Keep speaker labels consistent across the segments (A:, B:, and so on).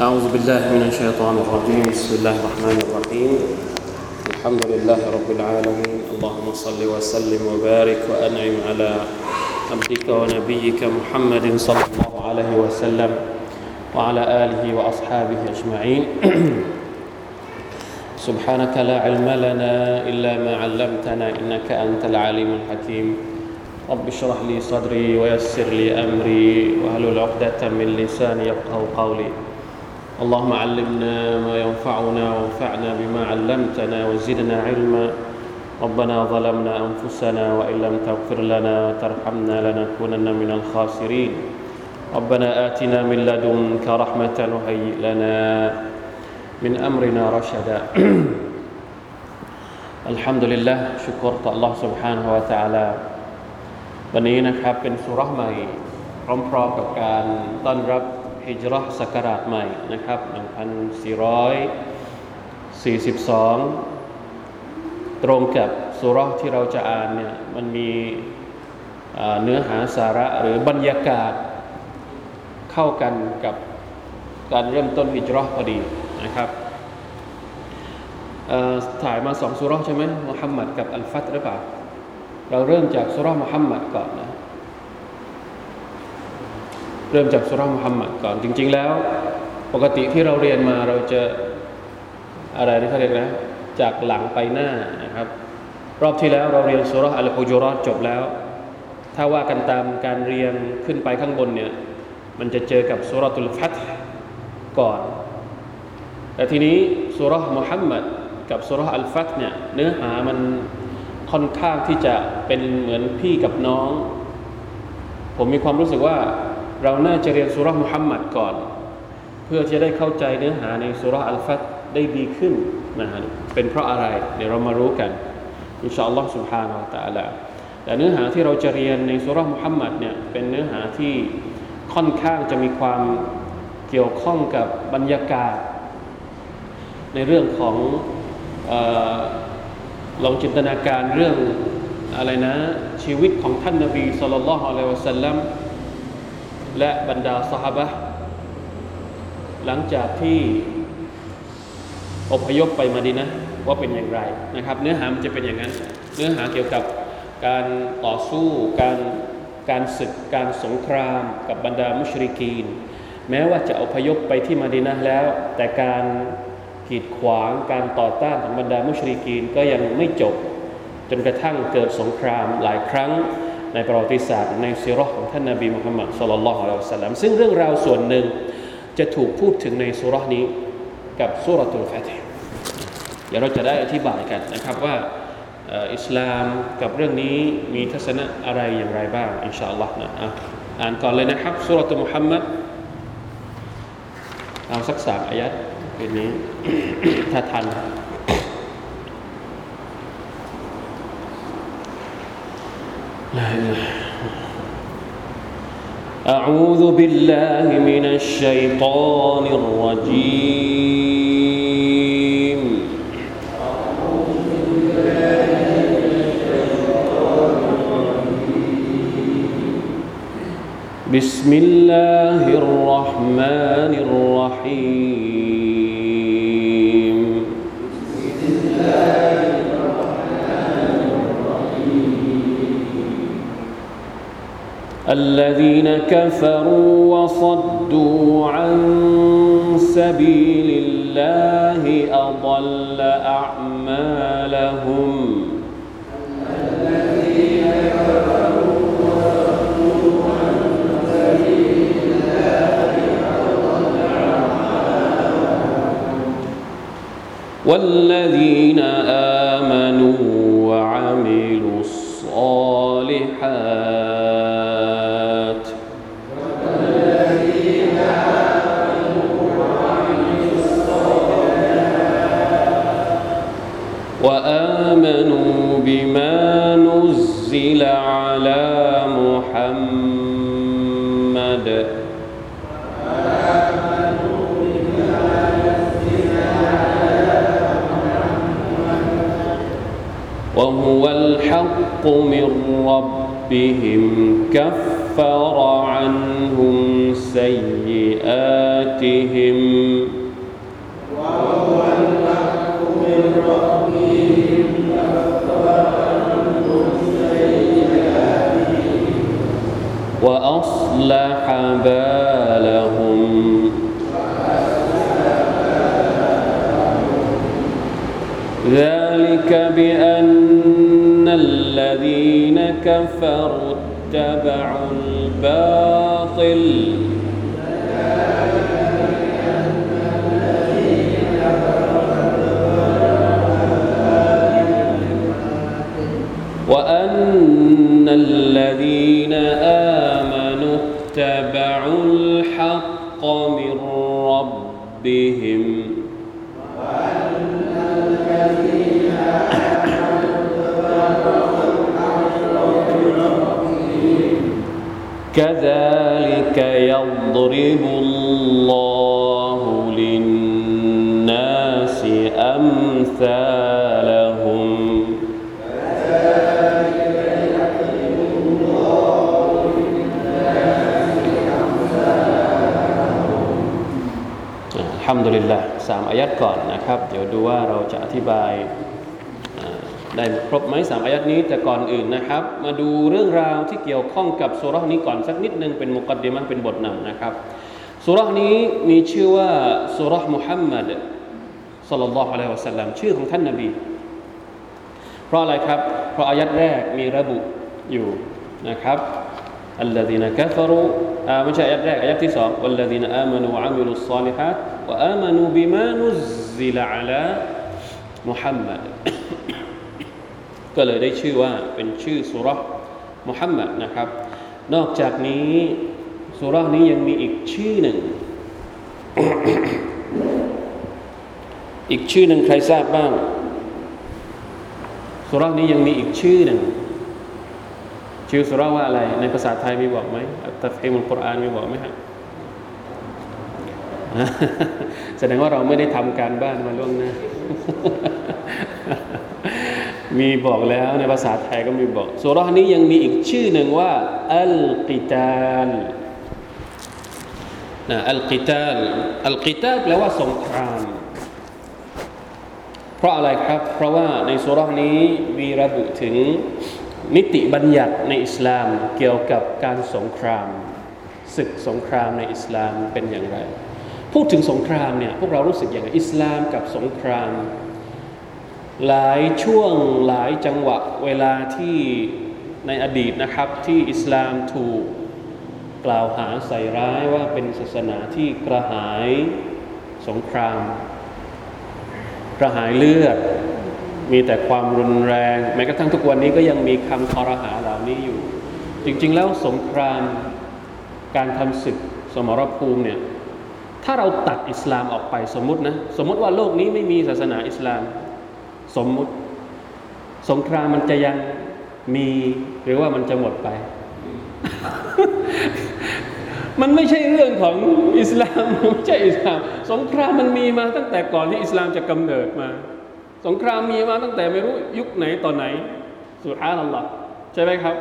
A: أعوذ بالله من الشيطان الرجيم بسم الله الرحمن الرحيم الحمد لله رب العالمين اللهم صل وسلم وبارك وأنعم على عبدك ونبيك محمد صلى الله عليه وسلم وعلى آله وأصحابه أجمعين سبحانك لا علم لنا إلا ما علمتنا إنك أنت العليم الحكيم رب اشرح لي صدري ويسر لي أمري واحلل عقدة من لساني يفقهوا قولي اللهم علمنا ما ينفعنا وانفعنا بما علمتنا وزدنا علما ربنا ظلمنا أنفسنا وإن لم تغفر لنا وترحمنا لنكونن من الخاسرين ربنا آتنا من لدنك رحمة وهيئ لنا من أمرنا رشدا الحمد لله ชุกรต่อ Allah سبحانه และ تعالى วันนี้นะครับเป็นซูเราะห์ใหม่พร้อมๆกับการต้อนรับฮิจเราะห์ศักราชใหม่นะครับ1442ตรงกับซูเราะห์ที่เราจะอ่านเนี่ยมันมีเนื้อหาสาระหรือบรรยากาศเข้ากันกับการเริ่มต้นฮิจเราะห์พอดีนะครับถ่ายมา2ซูเราะห์ใช่ไหมมุฮัมมัดกับอัลฟัตหรือเปล่าเราเริ่มจากซูเราะห์มุฮัมมัดก่อนนะเริ่มจากซูเราะห์มุฮัมมัดก่อนจริงๆแล้วปกติที่เราเรียนมาเราจะอะไรนี่เขาเรียกนะจากหลังไปหน้านะครับรอบที่แล้วเราเรียนซูเราะห์อัลฮุจุเราะห์จบแล้วถ้าว่ากันตามการเรียนขึ้นไปข้างบนเนี่ยมันจะเจอกับซูเราะตุลฟัตห์ก่อนแต่ทีนี้ซูเราะห์มุฮัมมัดกับซูเราะห์อัลฟัตห์เนี่ยเนื้อหามันค่อนข้างที่จะเป็นเหมือนพี่กับน้องผมมีความรู้สึกว่าเราน่าจะเรียนซูเราะห์มุฮัมมัดก่อนเพื่อจะได้เข้าใจเนื้อหาในซูเราะห์อัลฟัตห์ได้ดีขึ้นนะฮะเป็นเพราะอะไรเดี๋ยวเรามารู้กันอินชาอัลลอฮ์ سبحانه และ تعالى แต่เนื้อหาที่เราจะเรียนในซูเราะห์มุฮัมมัดเนี่ยเป็นเนื้อหาที่ค่อนข้างจะมีความเกี่ยวข้องกับบรรยากาศในเรื่องของลองจินตนาการเรื่องอะไรนะชีวิตของท่านนบีศ็อลลัลลอฮุอะลัยฮิวะซัลลัมและบรรดาซอฮาบะห์หลังจากที่อพยพไปมะดีนะห์ว่าเป็นอย่างไรนะครับเนื้อหามันจะเป็นอย่างนั้นเนื้อหาเกี่ยวกับการต่อสู้การศึกการสงครามกับบรรดามุชริกีนแม้ว่าจะอพยพไปที่มะดีนะห์แล้วแต่การกีดขวางการต่อต้านของบรรดามุชริกีนก็ยังไม่จบจนกระทั่งเกิดสงครามหลายครั้งในประวัติศาสตร์ในซีเราะห์ของท่านนบีมุฮัมมัดศ็อลลัลลอฮุอะลัยฮิวะซัลลัมซึ่งเรื่องราวส่วนหนึ่งจะถูกพูดถึงในซูเราะห์นี้กับซูเราะตุลฟัตห์เดี๋ยวเราจะได้อธิบายกันนะครับว่าอิสลามกับเรื่องนี้มีทัศนะอะไรอย่างไรบ้างอินชาอัลลอฮ์นะอ่านก่อนเลยนะครับซูเราะตุมุฮัมมัดเอาสัก3อายะห์คืนนี้ ถ้าทันأعوذ بالله من الشيطان الرجيم بسم الله الرحمن الرحيم الذين كفروا وصدوا عن سبيل الله أضل أعمالهم الذين كفروا وصدوا عن سبيل الله أضل أعمالهم والذين آمنوا وعملوا الصالحات وآمنوا بما نزل على محمد وهو الحق من ربهم كفر عنهم سيئاتهم آياتهم وأصلح بالهم ذلك بأن الذين كفروا اتبعوا الباطل وأن الذين آمنوا اتبعوا الحق من ربهم كذلك يضرب الله للناس أمثالهم الحمد لله 3 อายัดก่อนนะครับเดี๋ยวดูว่าเราจะอธิบายได้ครบไหม3 อายัดนี้แต่ก่อนอื่นนะครับมาดูเรื่องราวที่เกี่ยวข้องกับซูเราะห์นี้ก่อนสักนิดนึงเป็นมุกัดดิมะห์เป็นบทนำนะครับซูเราะห์นี้มีชื่อว่าซูเราะห์มุฮัมมัดศ็อลลัลลอฮุอะลัยฮิวะซัลลัมชื่อของท่านนบีเพราะอะไรครับเพราะอายัดแรกมีระบุอยู่นะครับอัลลซีนะกัฟรุไม่ใช่อายัดแรกอายัดที่2วัลลซีนะอามานูวะอะมิลุศศอลิฮาตวะอามานูบิมานุซซิลอะลามุฮัมมัดก็เลยได้ชื่อว่าเป็นชื่อซูเราะห์มุฮัมมัดนะครับนอกจากนี้ซูเราะห์นี้ยังมีอีกชื่อหนึ่ง อีกชื่อหนึ่งใครทราบบ้างซูเราะห์นี้ยังมีอีกชื่อหนึ่งชื่อซูเราะห์ว่าอะไรในภาษาไทยมีบอกไหมตัฟฮีมุลกุรอานมีบอกไหมฮะ แสดงว่าเราไม่ได้ทำการบ้านมาล่วงหน้า มีบอกแล้วในภาษาไทยก็มีบอกซูเราะห์นี้ยังมีอีกชื่อหนึ่งว่าอัลกิตาลอัลกิตาลแปลว่าสงครามเพราะอะไรครับเพราะว่าในซูเราะห์นี้มีระบุถึงนิติบัญญัติในอิสลามเกี่ยวกับการสงครามศึกสงครามในอิสลามเป็นอย่างไรพูดถึงสงครามเนี่ยพวกเรารู้สึกอย่างไรอิสลามกับสงครามหลายช่วงหลายจังหวะเวลาที่ในอดีตนะครับที่อิสลามถูกกล่าวหาใส่ร้ายว่าเป็นศาสนาที่กระหายสงครามกระหายเลือดมีแต่ความรุนแรงแม้กระทั่งทุกวันนี้ก็ยังมีคำคอรหาเหล่านี้อยู่จริงๆแล้วสงครามการทำศึกสมรภูมิเนี่ยถ้าเราตัดอิสลามออกไปสมมุติว่าโลกนี้ไม่มีศาสนาอิสลามสมมุติสงครามมันจะยังมีหรือว่ามันจะหมดไป มันไม่ใช่เรื่องของอิสลามไม่ใช่อิสลามสงครามมันมีมาตั้งแต่ก่อนที่อิสลามจะกำเนิดมาสงครามมีมาตั้งแต่ไม่รู้ยุคไหนตอนไหนซุบฮานัลลอฮ์ใช่ไหมครับ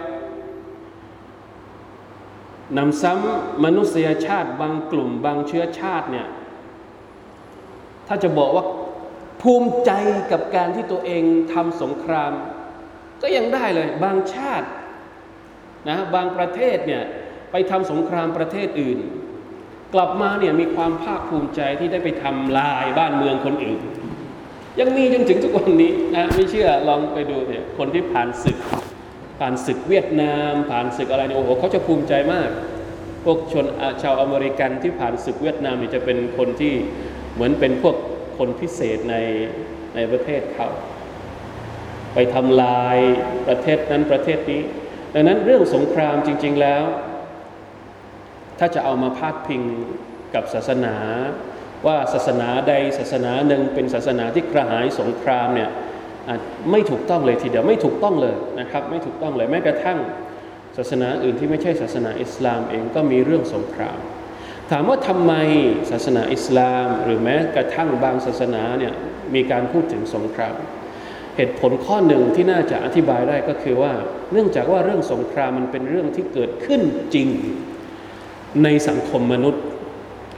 A: นำซ้ำมนุษยชาติบางกลุ่มบางเชื้อชาติเนี่ยถ้าจะบอกว่าภูมิใจกับการที่ตัวเองทำสงครามก็ยังได้เลยบางชาตินะบางประเทศเนี่ยไปทำสงครามประเทศอื่นกลับมาเนี่ยมีความภาคภูมิใจที่ได้ไปทำลายบ้านเมืองคนอื่นยังมีจนถึงทุกวันนี้นะไม่เชื่อลองไปดูเนี่ยคนที่ผ่านศึกเวียดนามผ่านศึกอะไรเนี่ยโอ้โหเขาจะภูมิใจมากพวกชาวอเมริกันที่ผ่านศึกเวียดนามเนี่ยจะเป็นคนที่เหมือนเป็นพวกคนพิเศษในประเทศเขาไปทำลายประเทศนั้นประเทศนี้ดังนั้นเรื่องสงครามจริงๆแล้วถ้าจะเอามาพาดพิงกับศาสนาว่าศาสนาใดศาสนาหนึ่งเป็นศาสนาที่กระหายสงครามเนี่ยไม่ถูกต้องเลยทีเดียวไม่ถูกต้องเลยนะครับไม่ถูกต้องเลยแม้กระทั่งศาสนาอื่นที่ไม่ใช่ศาสนาอิสลามเองก็มีเรื่องสงครามถามว่าทำไมศาสนาอิสลามหรือแม้กระทั่งบางศาสนาเนี่ยมีการพูดถึงสงครามเหตุผลข้อหนึ่งที่น่าจะอธิบายได้ก็คือว่าเนื่องจากว่าเรื่องสงครามมันเป็นเรื่องที่เกิดขึ้นจริงในสังคมมนุษย์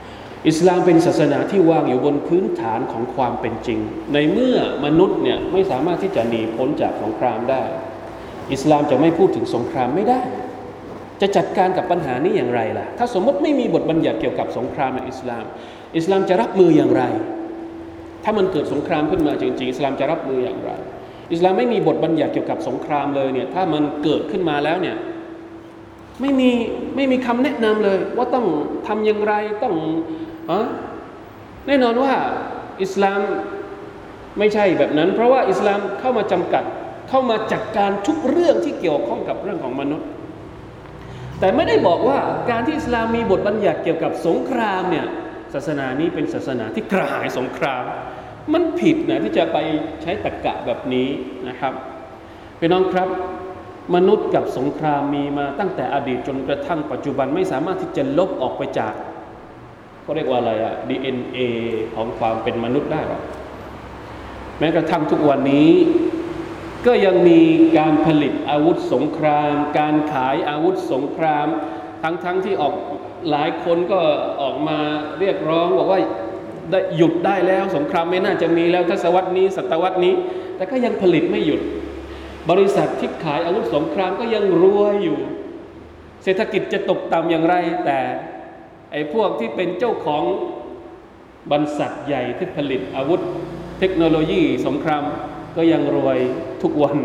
A: อิสลามเป็นศาสนาที่วางอยู่บนพื้นฐานของความเป็นจริงในเมื่อมนุษย์เนี่ยไม่สามารถที่จะหนีพ้นจากสงครามได้อิสลามจะไม่พูดถึงสงครามไม่ได้จะจัดการกับปัญหานี้อย่างไรล่ะถ้าสมมติไม่มีบทบัญญัติเกี่ยวกับสงครามในอิสลามจะรับมืออย่างไรถ้ามันเกิดสงครามขึ้นมาจริงๆอิสลามจะรับมืออย่างไรอิสลามไม่มีบทบัญญัติเกี่ยวกับสงครามเลยเนี่ยถ้ามันเกิดขึ้นมาแล้วเนี่ยไม่มีคำแนะนำเลยว่าต้องทำอย่างไรต้องแน่นอนว่าอิสลามไม่ใช่แบบนั้นเพราะว่าอิสลามเข้ามาจำกัดเข้ามาจัดการทุกเรื่องที่เกี่ยวข้องกับเรื่องของมนุษย์แต่ไม่ได้บอกว่าการที่อิสลามมีบทบัญญัติเกี่ยวกับสงครามเนี่ยศาสนานี้เป็นศาสนาที่กระหายสงครามมันผิดนะที่จะไปใช้ตรรกะแบบนี้นะครับพี่น้องครับมนุษย์กับสงครามมีมาตั้งแต่อดีตจนกระทั่งปัจจุบันไม่สามารถที่จะลบออกไปจากเขาเรียกว่าอะไรDNA ของความเป็นมนุษย์ได้หรอกแม้กระทั่งทุกวันนี้ก็ยังมีการผลิตอาวุธสงครามการขายอาวุธสงครามทั้งที่ออกหลายคนก็ออกมาเรียกร้องบอกว่าหยุดได้แล้วสงครามไม่น่าจะมีแล้วทศวรรษนี้ศตวรรษนี้แต่ก็ยังผลิตไม่หยุดบริษัทที่ขายอาวุธสงครามก็ยังรวยอยู่เศรษฐกิจจะตกต่ำอย่างไรแต่ไอ้พวกที่เป็นเจ้าของบริษัทใหญ่ที่ผลิตอาวุธเทคโนโลยีสงครามก็ยังรวยทุกวัน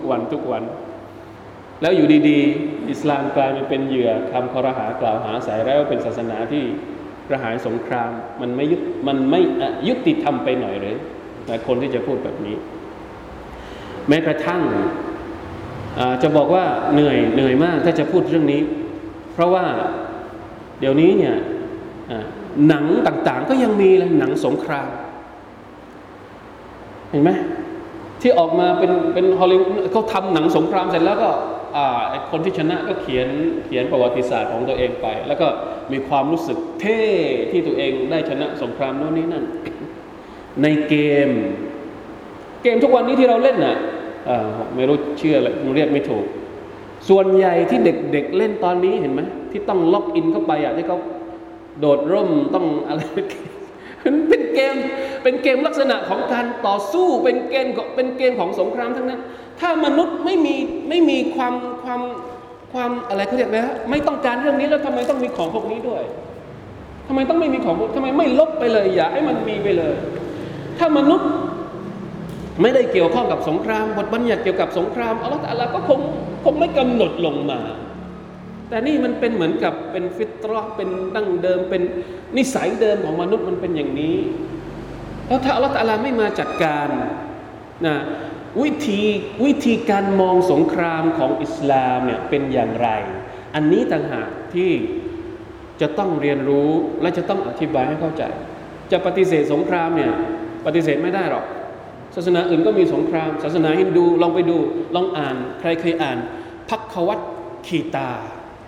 A: แล้วอยู่ดีๆอิสลามกลายมาเป็นเหยื่อคำคอรหากล่าวหาใส่แล้วเป็นศาสนาที่กระหายสงครามมันไม่ยุติธรรมไปหน่อยเลยแต่คนที่จะพูดแบบนี้แม้กระทั่งจะบอกว่าเหนื่อยมากถ้าจะพูดเรื่องนี้เพราะว่าเดี๋ยวนี้เนี่ยหนังต่างๆก็ยังมีเลยหนังสงครามเห็นไหมที่ออกมาเป็นฮอลลีวูดเขาทำหนังสงครามเสร็จแล้วก็คนที่ชนะก็เขียนประวัติศาสตร์ของตัวเองไปแล้วก็มีความรู้สึกเท่ที่ตัวเองได้ชนะสงครามโน่นนี่นั่นในเกมทุกวันนี้ที่เราเล่นน่ะไม่รู้เชื่ออะไรเรียกไม่ถูกส่วนใหญ่ที่เด็กๆเล่นตอนนี้เห็นไหมที่ต้องล็อกอินเข้าไปที่เขาโดดร่มต้องอะไรเป็นเกมลักษณะของการต่อสู้เป็นเกมของสงครามทั้งนั้นถ้ามนุษย์ไม่มีความอะไรเขาเรียกนะไม่ต้องการเรื่องนี้แล้วทำไมต้องมีของพวกนี้ด้วยทำไมต้องไม่มีของพวกทำไมไม่ลบไปเลยอย่าให้มันมีไปเลยถ้ามนุษย์ไม่ได้เกี่ยวข้องกับสงครามบทบัญญัติเกี่ยวกับสงครามอัลเลาะห์ตะอาลาก็คงไม่กำหนดลงมาแต่นี่มันเป็นเหมือนกับเป็นฟิตเราะห์เป็นดั้งเดิมเป็นนิสัยเดิมของมนุษย์มันเป็นอย่างนี้แล้วถ้าอัลเลาะห์ตะอาลาไม่มาจัดการนะวิธีการมองสงครามของอิสลามเนี่ยเป็นอย่างไรอันนี้ต่างหากที่จะต้องเรียนรู้และจะต้องอธิบายให้เข้าใจจะปฏิเสธสงครามเนี่ยปฏิเสธไม่ได้หรอกศาสนาอื่นก็มีสงครามศาสนาฮินดูลองไปดูลองอ่านใครเคยอ่านภัควัตคีตา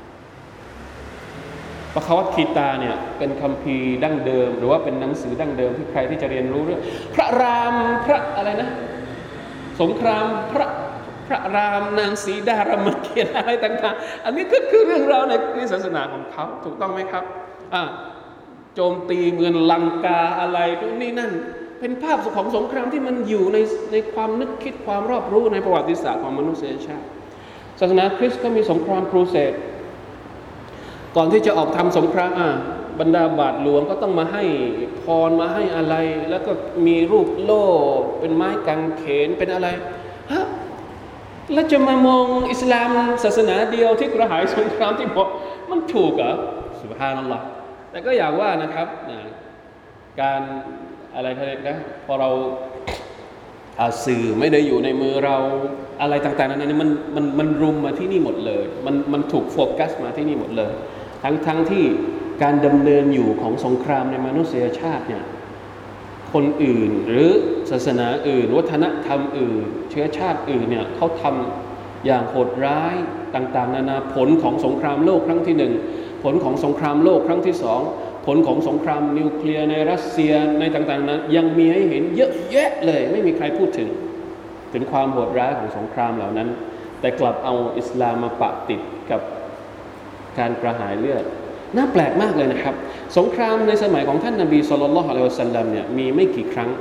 A: ภัควัตคีตาเนี่ยเป็นคัมภีร์ดั้งเดิมหรือว่าเป็นหนังสือดั้งเดิมที่ใครที่จะเรียนรู้เรื่องพระรามพระอะไรนะสงครามพระรามนางสีดารามเกียรติอะไรต่างๆอันนี้ก็คือเรื่องราวในศาสนาของเขาถูกต้องไหมครับโจมตีเมืองลังกาอะไรนู่นนี่นั่นเป็นภาพของสงครามที่มันอยู่ในความนึกคิดความรอบรู้ในประวัติศาสตร์ของมนุษยชาติศาสนาคริสต์ก็มีสงครามครูเสดก่อนที่จะออกทำสงครามบรรดาบาทหลวงก็ต้องมาให้พรมาให้อะไรแล้วก็มีรูปโล่เป็นไม้กางเขนเป็นอะไรแล้วจะมามองอิสลามศาสนาเดียวที่กระหายสงครามที่บอกมันถูกเหรอซุบฮานัลลอฮ์แต่ก็อยากว่านะครับการอะไรเขาเรียกนะพอเราสื่อไม่ได้อยู่ในมือเราอะไรต่างๆนั้นมันรุมมาที่นี่หมดเลยมันถูกโฟกัสมาที่นี่หมดเลยทั้งที่การดำเนินอยู่ของสงครามในมนุษยชาติเนี่ยคนอื่นหรือศาสนาอื่นวัฒนธรรมอื่นเชื้อชาติอื่นเนี่ยเขาทำอย่างโหดร้ายต่างๆนานาผลของสงครามโลกครั้งที่1ผลของสงครามโลกครั้งที่2ผลของสงครามนิวเคลียร์ในรัสเซียในต่างๆนั้นยังมีให้เห็นเยอะแยะเลยไม่มีใครพูดถึงความโหดร้ายของสงครามเหล่านั้นแต่กลับเอาอิสลามมาปะติดกับการกระหายเลือดน่าแปลกมากเลยนะครับสงครามในสมัยของท่านนบีศ็อลลัลลอฮุอะลัยฮิวะซัลลัมเนี่ยมีไม่กี่ครั้ง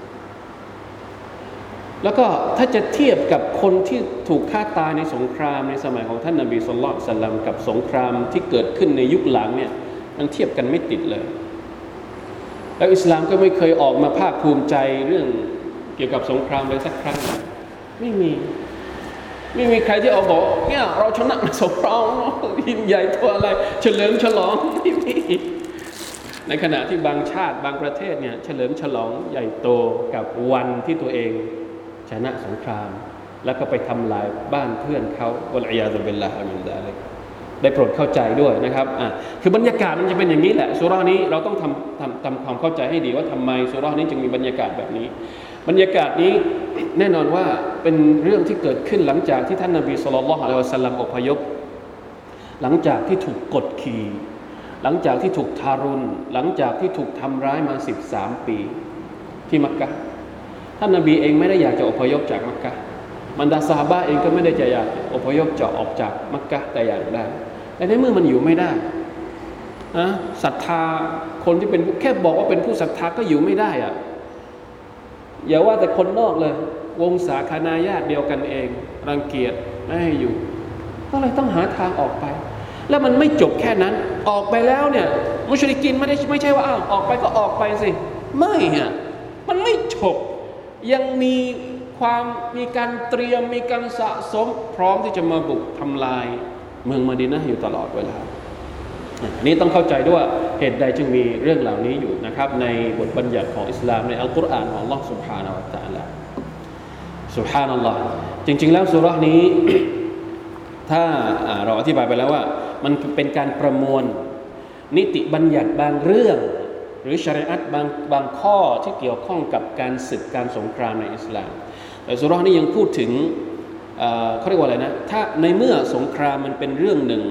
A: แล้วก็ถ้าจะเทียบกับคนที่ถูกฆ่าตายในสงครามในสมัยของท่านนบีศ็อลลัลลอฮุอะลัยฮิวะซัลลัมกับสงครามที่เกิดขึ้นในยุคหลังเนี่ยมันเทียบกันไม่ติดเลยแล้วอิสลามก็ไม่เคยออกมาภาคภูมิใจเรื่องเกี่ยวกับสงครามเลยสักครั้งไม่มีใครที่เอาบอกเนี่ยเราชนะสงครามยิ่งใหญ่ตัวอะไรเฉลิมฉลองไม่มีในขณะที่บางชาติบางประเทศเนี่ยเฉลิมฉลองใหญ่โตกับวันที่ตัวเองชนะสงครามแล้วก็ไปทำลายบ้านเพื่อนเขาวัลอียาซุบิลลาฮิมินซาลิกได้โปรดเข้าใจด้วยนะครับคือบรรยากาศมันจะเป็นอย่างนี้แหละซูเราะห์นี้เราต้องทำความเข้าใจให้ดีว่าทำไมซูเราะห์นี้จึงมีบรรยากาศแบบนี้บรรยากาศนี้แน่นอนว่าเป็นเรื่องที่เกิดขึ้นหลังจากที่ท่านนบีศ็อลลัลลอฮุอะลัยฮิวะซัลลัมอพยพหลังจากที่ถูกกดขี่หลังจากที่ถูกทารุณหลังจากที่ถูกทำร้ายมา13ปีที่มักกะฮ์ท่านนบีเองไม่ได้อยากจะอพยพจากมักกะฮ์บรรดาซอฮาบะห์เองก็ไม่ได้จะอยากอพยพจะออกจากมักกะฮ์แต่อย่างใดแต่ในเมื่อมันอยู่ไม่ได้ศรัทธาคนที่เป็นแค่บอกว่าเป็นผู้ศรัทธาก็อยู่ไม่ได้อะอย่าว่าแต่คนนอกเลยวงศาคณาญาติเดียวกันเองรังเกียจไม่ให้อยู่ก็เลยต้องหาทางออกไปแล้วมันไม่จบแค่นั้นออกไปแล้วเนี่ยมุชริกีนไม่ใช่ว่าออกไปก็ออกไปสิไม่อ่ะมันไม่จบยังมีการเตรียมมีการสะสมพร้อมที่จะมาบุกทำลายเมืองมะดีนะห์อยู่ตลอดเวลานี่ต้องเข้าใจด้วยว่าเหตุใดจึงมีเรื่องเหล่านี้อยู่นะครับในบทบัญญัติของอิสลามในอัลกุรอานของอัลเลาะห์ซุบฮานะฮูวะตะอาลาซุบฮานัลลอฮ์จริงๆแล้วซูเราะห์นี้ ถ้าเราอธิบายไปแล้วว่ามันเป็นการประมวลนิติบัญญัติบางเรื่องหรือชะรีอะห์บางข้อที่เกี่ยวข้องกับการศึกการสงครามในอิสลามแต่ซูเราะห์นี้ยังพูดถึงเขาเรียกว่าอะไรนะถ้าในเมื่อสงครามมันเป็นเรื่องหนึ่ง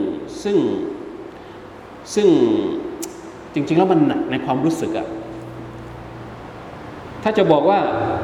A: ซึ่งจริงๆแล้วมันหนักในความรู้สึกอะถ้าจะบอกว่า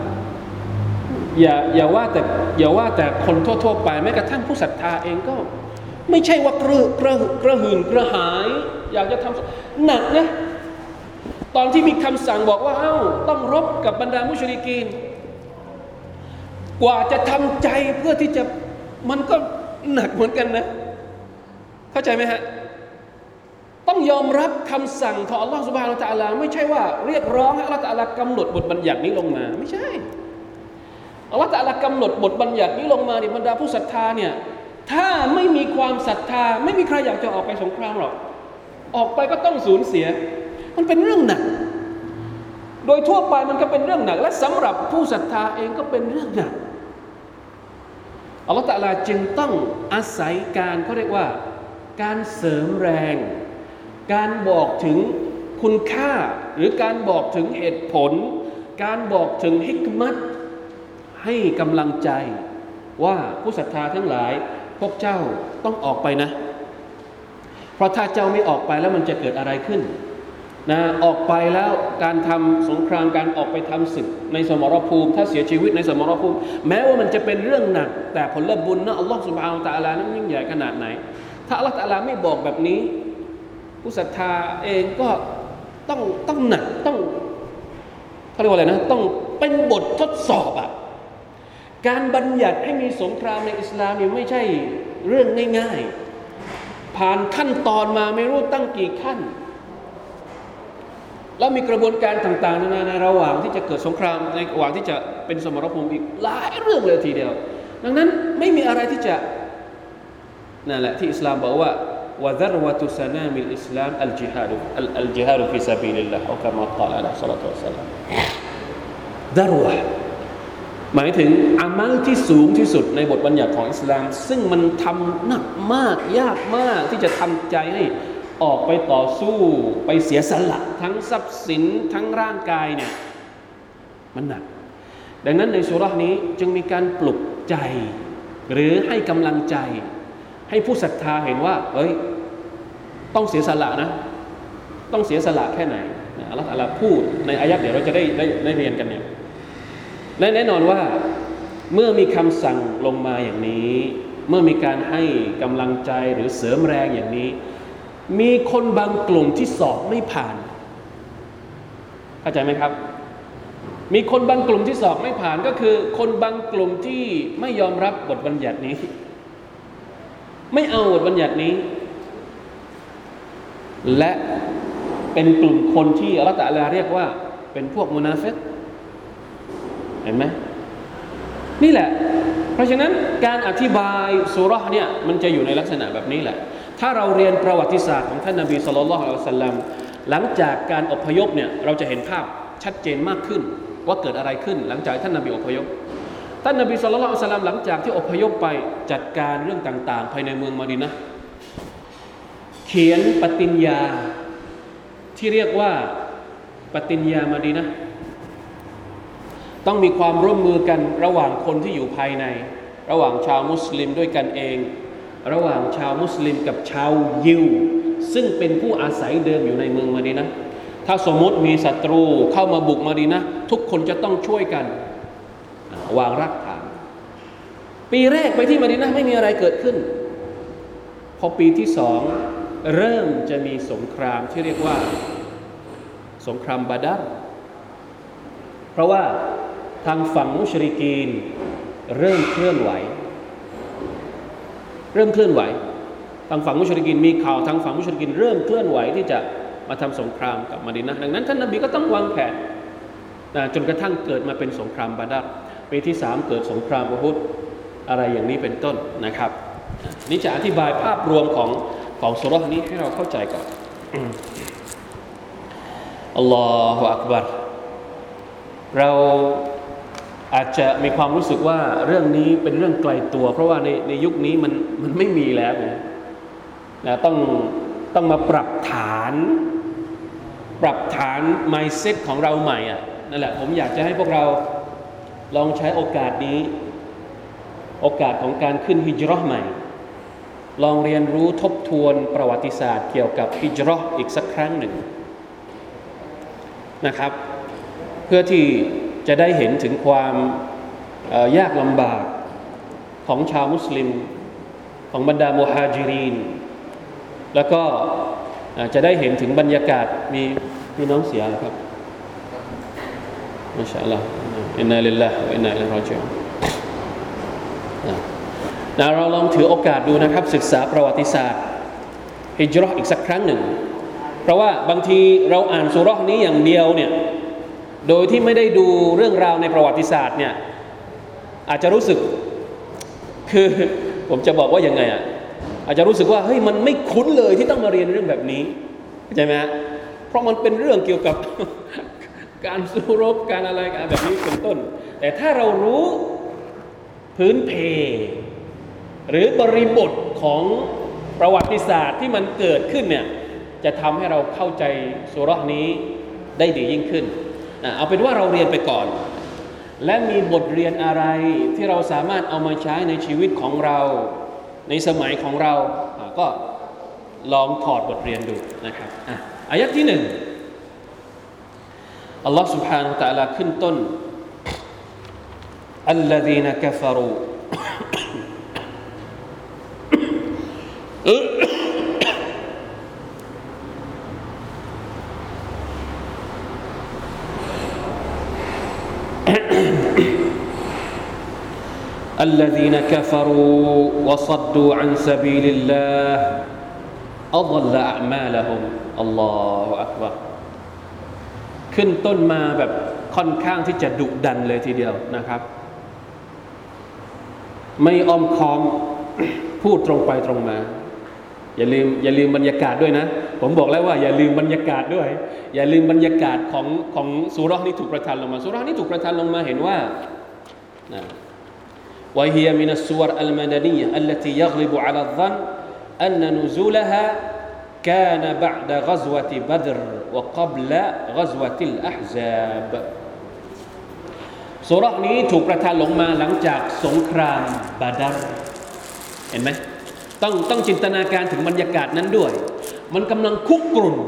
A: อย่าว่าแต่คนทั่วๆไปแม้กระทั่งผู้ศรัทธาเองก็ไม่ใช่ว่ากระหื่นกระหายอยากจะทำหนักนะตอนที่มีคำสั่งบอกว่าต้องรบกับบรรดามุชริกีนกว่าจะทำใจเพื่อที่จะมันก็หนักเหมือนกันนะเข้าใจไหมฮะต้องยอมรับคำสั่งของอัลลอฮฺซุบฮานะฮูวะตะอาลาไม่ใช่ว่าเรียกร้องให้อัลลอฮฺตะอาลากำหนดบทบัญญัตินี้ลงมาไม่ใช่อัลลอฮฺตะอาลากำหนดบทบัญญัตินี้ลงมาในบรรดาผู้ศรัทธาเนี่ยถ้าไม่มีความศรัทธาไม่มีใครอยากจะออกไปสงครามหรอกออกไปก็ต้องสูญเสียมันเป็นเรื่องหนักโดยทั่วไปมันก็เป็นเรื่องหนักและสำหรับผู้ศรัทธาเองก็เป็นเรื่องหนักอัลลอฮฺตะอาลาจึงต้องอาศัยการเขาเรียกว่าการเสริมแรงการบอกถึงคุณค่าหรือการบอกถึงเหตุผลการบอกถึงฮิกมัตให้กำลังใจว่าผู้ศรัทธาทั้งหลายพวกเจ้าต้องออกไปนะเพราะถ้าเจ้าไม่ออกไปแล้วมันจะเกิดอะไรขึ้นนะออกไปแล้วการทำสงครามการออกไปทำศึกในสมรภูมิถ้าเสียชีวิตในสมรภูมิแม้ว่ามันจะเป็นเรื่องหนักแต่ผลบุญนะอัลลอฮฺซุบฮานะฮูวะตะอาลานั้นยิ่งใหญ่ขนาดไหนถ้าอัลลอฮฺตะอาลาไม่บอกแบบนี้ผู้ศรัทธาเองก็ต้องหนักต้องเขาเรียกว่าอะไรนะต้องเป็นบททดสอบอ่ะการบัญญัติให้มีสงครามในอิสลามนี่ไม่ใช่เรื่องง่ายๆผ่านขั้นตอนมาไม่รู้ตั้งกี่ขั้นแล้วมีกระบวนการต่างๆนานาในระหว่างที่จะเกิดสงครามในระหว่างที่จะเป็นสมรภูมิอีกหลายเรื่องเลยทีเดียวดังนั้นไม่มีอะไรที่จะนั่นแหละที่อิสลามบอกว่าวะซัรวะตุซะนามิลอิสลามอัลจิฮาดฟิซะบีลิลลาฮ์เอากะมาक़าลอะลัยฮิศศอลาตุวัสสลามซัรวะหมายถึงอามัลที่สูงที่สุดในบทบัญญัติของอิสลามซึ่งมันทำหนักมากยากมากที่จะทำใจให้ออกไปต่อสู้ไปเสียสละทั้งทรัพย์สินทั้งร่างกายเนี่ยมันหนักดังนั้นในซูเราะห์นี้จึงมีการปลุกใจหรือให้กำลังใจให้ผู้ศรัทธาเห็นว่าต้องเสียสละนะต้องเสียสละแค่ไหนอัลเลาะห์ตะอาลาพูดในอายะห์เดี๋ยวเราจะได้เรียนกันเนี่ยและแน่นอนว่าเมื่อมีคำสั่งลงมาอย่างนี้เมื่อมีการให้กำลังใจหรือเสริมแรงอย่างนี้มีคนบางกลุ่มที่สอบไม่ผ่านเข้าใจไหมครับมีคนบางกลุ่มที่สอบไม่ผ่านก็คือคนบางกลุ่มที่ไม่ยอมรับบทบัญญัตินี้ไม่เอาบทบัญญัตินี้และเป็นกลุ่มคนที่อัลเลาะห์ตะอาลาเรียกว่าเป็นพวกมุนาฟิกเห็นไหมนี่แหละเพราะฉะนั้นการอธิบายซูเราะห์เนี่ยมันจะอยู่ในลักษณะแบบนี้แหละถ้าเราเรียนประวัติศาสตร์ของท่านนบีศ็อลลัลลอฮุอะลัยฮิวะซัลลัมหลังจากการอพยพเนี่ยเราจะเห็นภาพชัดเจนมากขึ้นว่าเกิดอะไรขึ้นหลังจากท่านนบีอพยพท่านนบีศ็อลลัลลอฮุอะลัยฮิวะซัลลัมหลังจากที่อพยพไปจัดการเรื่องต่างๆภายในเมืองมะดีนะห์เขียนปฏิญญาที่เรียกว่าปฏิญญามะดีนะห์ต้องมีความร่วมมือกันระหว่างคนที่อยู่ภายในระหว่างชาวมุสลิมด้วยกันเองระหว่างชาวมุสลิมกับชาวยิวซึ่งเป็นผู้อาศัยเดิมอยู่ในเมืองมะดีนะห์ถ้าสมมติมีศัตรูเข้ามาบุกมะดีนะห์ทุกคนจะต้องช่วยกันวางรากฐานปีแรกไปที่มะดีนะห์ไม่มีอะไรเกิดขึ้นพอปีที่สองเริ่มจะมีสงครามที่เรียกว่าสงครามบาดัรเพราะว่าทางฝั่งมุชริกีนเริ่มเคลื่อนไหวทางฝั่งมุชริกีนมีข่าวทางฝั่งมุชริกีนเริ่มเคลื่อนไหวที่จะมาทำสงครามกับมะดีนะห์ดังนั้นท่านนบีก็ต้องวางแผนจนกระทั่งเกิดมาเป็นสงครามบาดัรปีที่3เกิดสงครามอุฮุดอะไรอย่างนี้เป็นต้นนะครับนี่จะอธิบายภาพรวมของซูเราะห์นี้ให้เราเข้าใจก่อนอัลลอฮฺอักบัรเราอาจจะมีความรู้สึกว่าเรื่องนี้เป็นเรื่องไกลตัวเพราะว่าในยุคนี้มันไม่มีแล้วนะต้องมาปรับฐาน mindset ของเราใหม่อ่ะนั่นแหละผมอยากจะให้พวกเราลองใช้โอกาสนี้โอกาสของการขึ้นฮิจเราะห์ใหม่ลองเรียนรู้ทบทวนประวัติศาสตร์เกี่ยวกับฮิจเราะห์อีกสักครั้งหนึ่งนะครับเพื่อที่จะได้เห็นถึงความยากลำบากของชาวมุสลิมของบรรดามุฮาญิรีนแล้วก็จะได้เห็นถึงบรรยากาศมีพี่น้องเสียครับมาชาอัลลอฮ์อินนาลิลลาฮิวะอินนาอิลัยฮิรอญิอูนเราลองถือโอกาสดูนะครับศึกษาประวัติศาสตร์ฮิจเราะห์อีกสักครั้งหนึ่งเพราะว่าบางทีเราอ่านซูเราะห์นี้อย่างเดียวเนี่ยโดยที่ไม่ได้ดูเรื่องราวในประวัติศาสตร์เนี่ยอาจจะรู้สึกคือผมจะบอกว่ายังไงอ่ะอาจจะรู้สึกว่าเฮ้ยมันไม่คุ้นเลยที่ต้องมาเรียนเรื่องแบบนี้เข้าใจไหมฮะเพราะมันเป็นเรื่องเกี่ยวกับ การสู้รบการอะไรกันแบบนี้เป็นต้นแต่ถ้าเรารู้พื้นเพหรือบริบทของประวัติศาสตร์ที่มันเกิดขึ้นเนี่ยจะทำให้เราเข้าใจซูเราะห์นี้ได้ดียิ่งขึ้นเอาเป็นว่าเราเรียนไปก่อนและมีบทเรียนอะไรที่เราสามารถเอามาใช้ในชีวิตของเราในสมัยของเราก็ลองถอดบทเรียนดูนะครับอายะห์ที่1อัลลอฮฺ سبحانه และ تعالى ขึ้นต้น الذين كفروا الذين كفروا وصدوا عن سبيل الله أضل أعمالهم الله أكبر ขึ้นต้นมาแบบค่อนข้างที่จะดุดันเลยทีเดียวนะครับไม่อ้อมค้อมพูดตรงไปตรงมาอย่าลืมบรรยากาศด้วยนะผมบอกแล้วว่าอย่าลืมบรรยากาศด้วยอย่าลืมบรรยากาศของซูเราะห์นี้ถูกประทานลงมาซูเราะห์นี้ถูกประทานลงมาเห็นว่าوهي من السور المدنية التي يغلب على الظن أن نزولها كان بعد غزوة بدر وقبل غزوة الأحزاب ซูเราะห์นี้ถูกประทานลงมาหลังจากสงครามบาดัรเห็นไหมต้องจินตนาการถึงบรรยากาศนั้นด้วยมันกำลังคุกรุ่น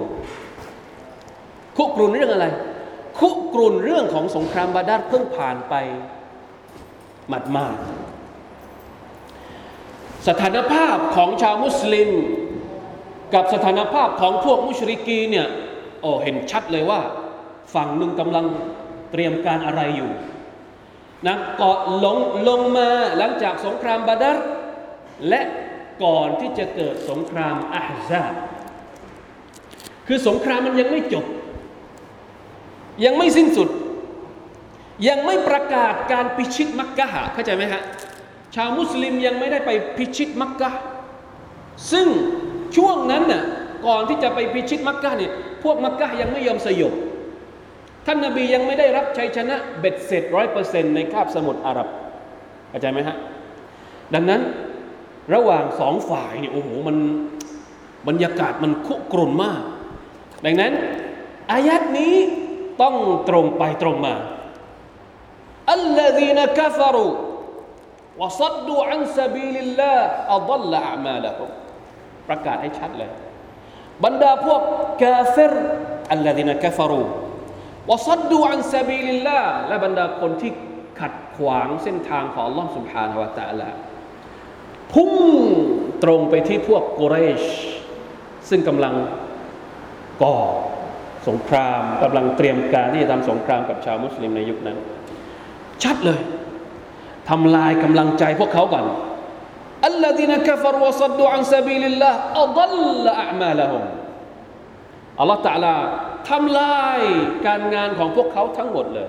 A: เรื่องอะไรคุกรุ่นเรื่องของสงครามบาดัรเพิ่งผ่านไปหมาดๆสถานภาพของชาวมุสลิมกับสถานภาพของพวกมุชริกีเนี่ยเห็นชัดเลยว่าฝั่งหนึ่งกำลังเตรียมการอะไรอยู่นะก็ลงมาหลังจากสงครามบาดรและก่อนที่จะเกิดสงครามอะห์ซาบคือสงครามมันยังไม่จบยังไม่สิ้นสุดยังไม่ประกาศการพิชิตมักกะฮ์เข้าใจไหมฮะชาวมุสลิมยังไม่ได้ไปพิชิตมักกะฮ์ซึ่งช่วงนั้นน่ะก่อนที่จะไปพิชิตมักกะฮ์เนี่ยพวกมักกะฮ์ยังไม่ยอมสยบท่านนบียังไม่ได้รับชัยชนะเบ็ดเสร็จ 100% ในคาบสมุทรอาหรับเข้าใจไหมฮะดังนั้นระหว่างสองฝ่ายเนี่ยโอ้โหมันบรรยากาศมันคุกรุ่นมากดังนั้นอายัดนี้ต้องตรงไปตรงมาอัลลซีนกัฟรุวะซัดดูอันซะบีลิลลาฮ์อัฎัลละอะมาละฮุมประกาศให้ชัดเลยบรรดาพวกกาเฟรอัลลซีนกัฟรุวะซัดดูอันซะบีลิลลาฮ์และบรรดาคนที่ขัดขวางเส้นทางของอัลเลาะห์ซุบฮานะฮูวะตะอาลาพุ่งตรงไปที่พวกกุเรชซึ่งกำลังก่อสงครามกำลังเตรียมการที่จะทำสงครามกับชาวมุสลิมในยุคนั้นชัดเลยทำลายกำลังใจพวกเขาก่อนอัลลซีนกัฟรวะซัดดูอันซะบีลิลลาฮ์อัฎัลละอะมาละฮุมอัลเลาะห์ตะอาลาทำลายการงานของพวกเขาทั้งหมดเลย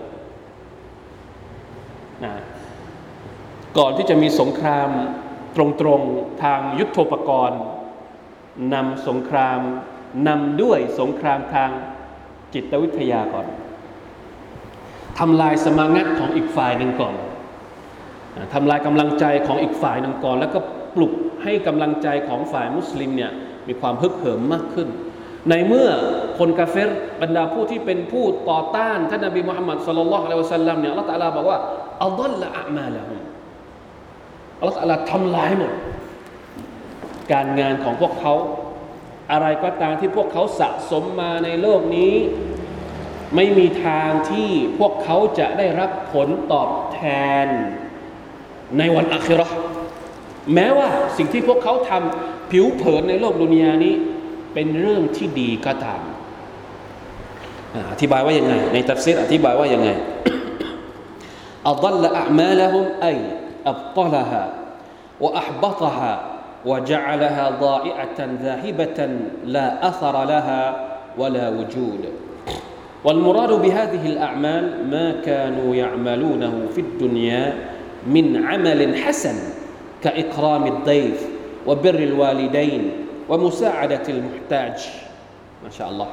A: นะก่อนที่จะมีสงครามตรงๆทางยุทโธปกรณ์นำสงครามนำด้วยสงครามทางจิตวิทยาก่อนทำลายสมางัตของอีกฝ่ายหนึ่งก่อนทำลายกำลังใจของอีกฝ่ายหนึ่งก่อนแล้วก็ปลุกให้กำลังใจของฝ่ายมุสลิมเนี่ยมีความฮึกเหิมมากขึ้นในเมื่อคนกาเฟรบรรดาผู้ที่เป็นผู้ต่อต้านท่านนบีมุฮัมมัดศ็อลลัลลอฮุอะลัยฮิวะซัลลัมเนี่ยอัลเลาะห์ตะอาลาบอกว่าอัฎัลละอะมาละฮุมอัลเลาะห์ตะอาลาทำลายหมดการงานของพวกเขาอะไรก็ตามที่พวกเขาสะสมมาในโลกนี้ไม่มีทางที่พวกเขาจะได้รับผลตอบแทนในวันอาคิเราะห์แม้ว่าสิ่งที่พวกเขาทำผิวเผินในโลกดุนยานี้เป็นเรื่องที่ดีก็ตามอธิบายว่ายังไงในตัฟซีรอธิบายว่ายังไงอัฎัลละอะมาละฮุมอัยอับตะละฮา وأحبطها وجعلها ضائعة ذاهبة لا أثر لها ولا وجود والمراد بهذه الأعمال ما كانوا يعملونه في الدنيا من عمل حسن كإكرام الضيف وبر الوالدين ومساعدة المحتاج ما شاء الله